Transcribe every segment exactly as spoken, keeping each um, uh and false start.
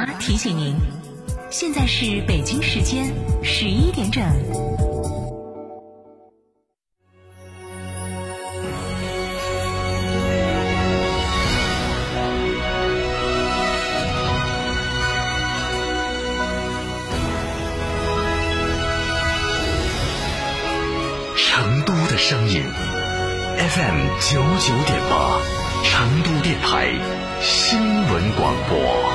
提醒您，现在是北京时间十一点整。 成都的声音 F M 九九点八，成都电台新闻广播。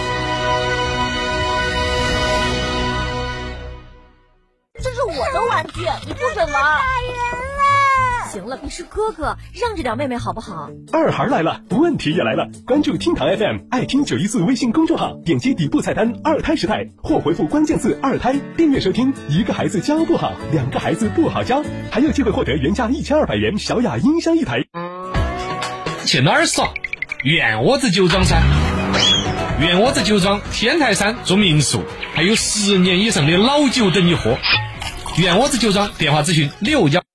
这是我的玩具，你不准玩。打人了！行了，你是哥哥，让着点妹妹好不好？ 二孩来了，问题也来了。关注厅堂 F M 爱听九一四微信公众号，点击底部菜单二胎时代，或回复关键字二胎，订阅收听。一个孩子教不好，两个孩子不好教，还有机会获得原价一千二百元小雅音箱一台。 去哪儿耍？院窝子酒庄噻！院窝子酒庄天台山做民宿，还有十年以上的老酒等你喝。院窝子酒庄电话咨询六幺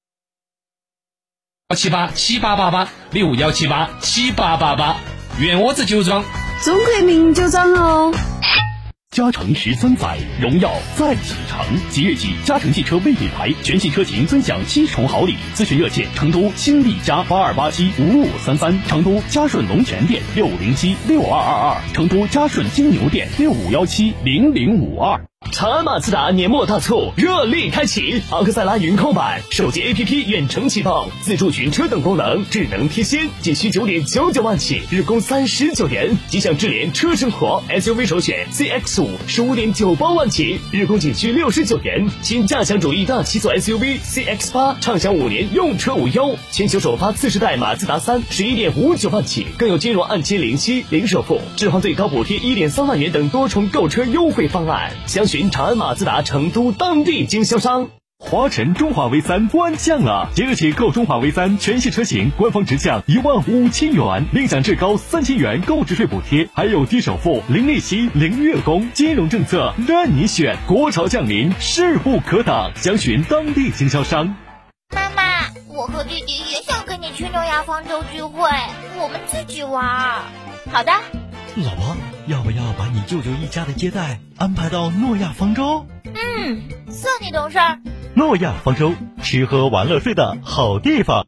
七八七八八八六幺七八七八八八。院窝子酒庄， 中国名酒庄哦。 嘉诚十三载，荣耀在启程。即日起，嘉诚汽车为品牌全系车型尊享七重好礼。咨询热线：成都新力嘉八二八七五五三三，成都嘉顺龙泉店六零七六二二二，成都嘉顺金牛店六五幺七零零五二。 长安马自达年末大促热力开启，昂克赛拉云控版手机 A P P 远程启动，自助寻车等功能智能贴心，仅需九点九九万起，日供三十九年。吉祥智联车生活 S U V 首选 C X 五十五点九八万起，日供仅需六十九元。新驾享主义大七座 S U V C X 八畅享五年用车无忧，全球首发次世代马自达三十一点五九万起，更有金融按揭零息零首付，置换最高补贴一点三万元等多重购车优惠方案。详询长安马自达成都当地经销商。 华晨中华 V 三官降了，即日起购中华 V 三全系车型官方直降一万五千元，另享至高三千元购置税补贴，还有低首付、零利息、零月供，金融政策任你选。国潮降临，势不可挡，详询当地经销商。 妈妈，我和弟弟也想跟你去诺亚方舟聚会，我们自己玩。 好的。 老婆，要不要把你舅舅一家的接待安排到诺亚方舟？ 嗯，算你懂事儿。 诺亚方舟，吃喝玩乐睡的好地方。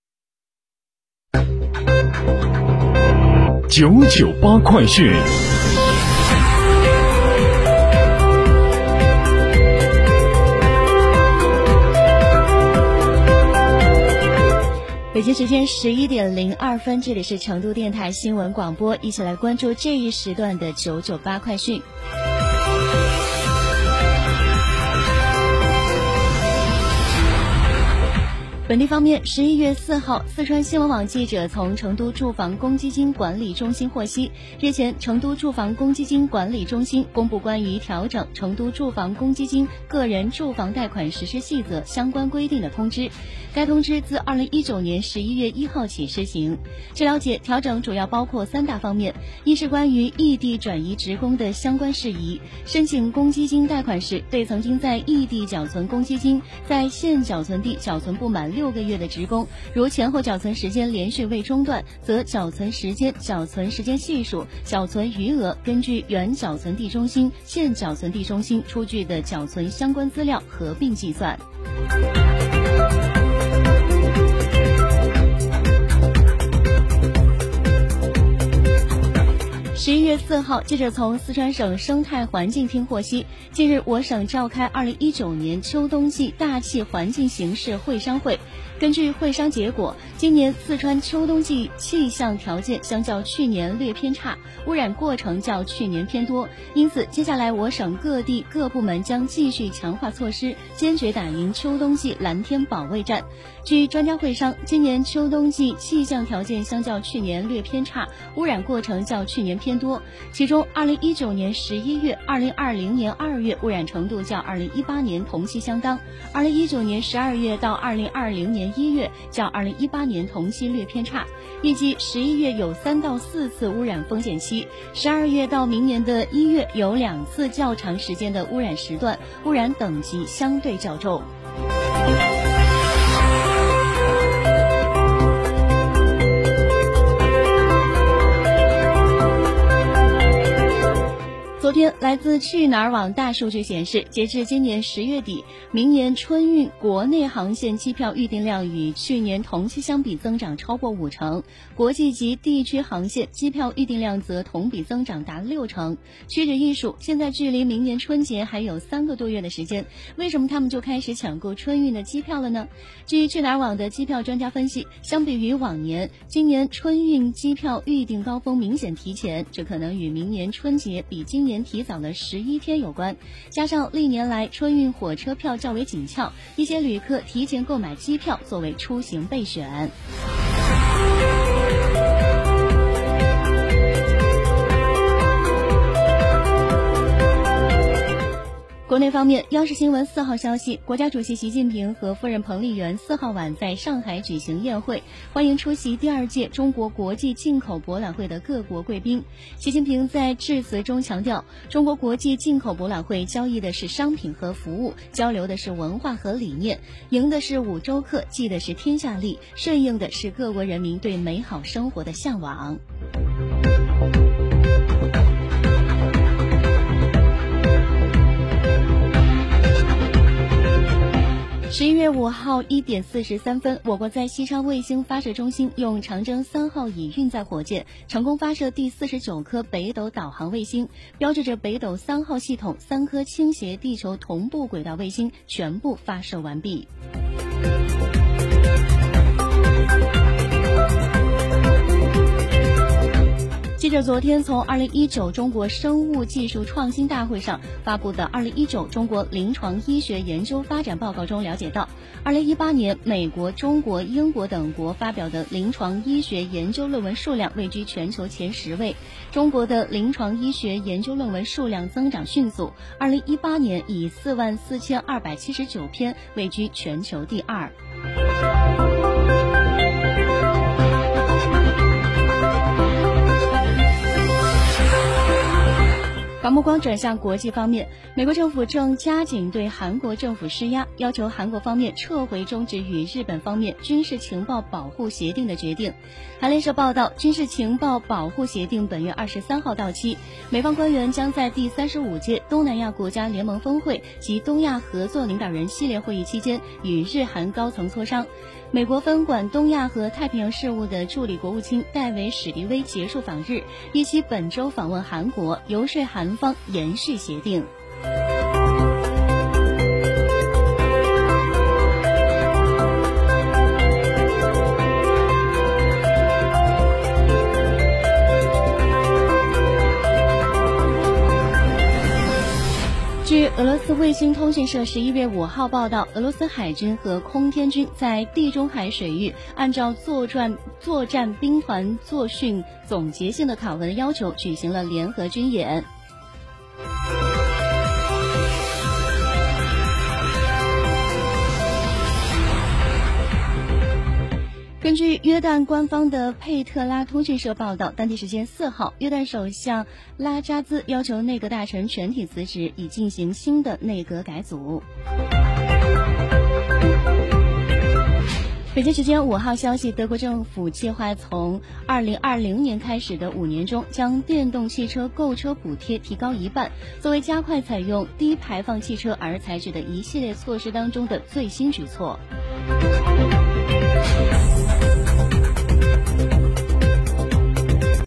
九九八快讯。 北京时间十一点零二分，这里是成都电台新闻广播，一起来关注这一时段的九九八快讯。本地方面，十一月四号，四川新闻网记者从成都住房公积金管理中心获悉，日前成都住房公积金管理中心公布关于调整成都住房公积金个人住房贷款实施细则相关规定的通知。该通知自二零一九年十一月一号起施行。据了解，调整主要包括三大方面：一是关于异地转移职工的相关事宜，申请公积金贷款时，对曾经在异地缴存公积金，在现缴存地缴存不满六个月的职工，如前后缴存时间连续未中断，则缴存时间、缴存时间系数、缴存余额根据原缴存地中心、现缴存地中心出具的缴存相关资料合并计算。十一月四号，记者从四川省生态环境厅获悉，近日我省召开二零一九年秋冬季大气环境形势会商会。根据会商结果，今年四川秋冬季气象条件相较去年略偏差，污染过程较去年偏多，因此接下来我省各地各部门将继续强化措施，坚决打赢秋冬季蓝天保卫战。据专家会商，今年秋冬季气象条件相较去年略偏差，污染过程较去年偏多，其中二零一九年十一月、二零二零年二月污染程度较二零一八年同期相当，二零一九年十二月到二零二零年一月较二零一八年同期略偏差。预计十一月有三到四次污染风险期，十二月到明年的一月有两次较长时间的污染时段，污染等级相对较重。 昨天，来自去哪儿网大数据显示，截至今年十月底，明年春运国内航线机票预订量与去年同期相比增长超过五成，国际及地区航线机票预订量则同比增长达六成。屈指一数，现在距离明年春节还有三个多月的时间，为什么他们就开始抢购春运的机票了呢？据去哪儿网的机票专家分析，相比于往年，今年春运机票预订高峰明显提前，这可能与明年春节比今年提早了十一天有关，加上历年来春运火车票较为紧俏，一些旅客提前购买机票作为出行备选。国内方面，央视新闻四号消息，国家主席习近平和夫人彭丽媛四号晚在上海举行宴会，欢迎出席第二届中国国际进口博览会的各国贵宾。习近平在致辞中强调，中国国际进口博览会交易的是商品和服务，交流的是文化和理念，赢的是五洲客，记的是天下利，顺应的是各国人民对美好生活的向往。十一月五号一点四十三分，我国在西昌卫星发射中心用长征三号乙运载火箭成功发射第四十九颗北斗导航卫星，标志着北斗三号系统三颗倾斜地球同步轨道卫星全部发射完毕。记者昨天从二零一九中国生物技术创新大会上发布的二零一九中国临床医学研究发展报告中了解到，二零一八年美国、中国、英国等国发表的临床医学研究论文数量位居全球前十位，中国的临床医学研究论文数量增长迅速，二零一八年以四万四千二百七十九篇位居全球第二。把目光转向国际方面，美国政府正加紧对韩国政府施压，要求韩国方面撤回终止与日本方面军事情报保护协定的决定。韩联社报道，军事情报保护协定本月二十三号到期，美方官员将在第三十五届东南亚国家联盟峰会及东亚合作领导人系列会议期间与日韩高层磋商。美国分管东亚和太平洋事务的助理国务卿戴维·史迪威结束访日，预期本周访问韩国，游说韩方延续协定。据俄罗斯卫星通讯社十一月五号报道，俄罗斯海军和空天军在地中海水域按照作战作战兵团作训总结性的考核的要求举行了联合军演。根据约旦官方的佩特拉通讯社报道，当地时间四号，约旦首相拉扎兹要求内阁大臣全体辞职，以进行新的内阁改组。北京时间五号消息，德国政府计划从二零二零年开始的五年中，将电动汽车购车补贴提高一半，作为加快采用低排放汽车而采取的一系列措施当中的最新举措。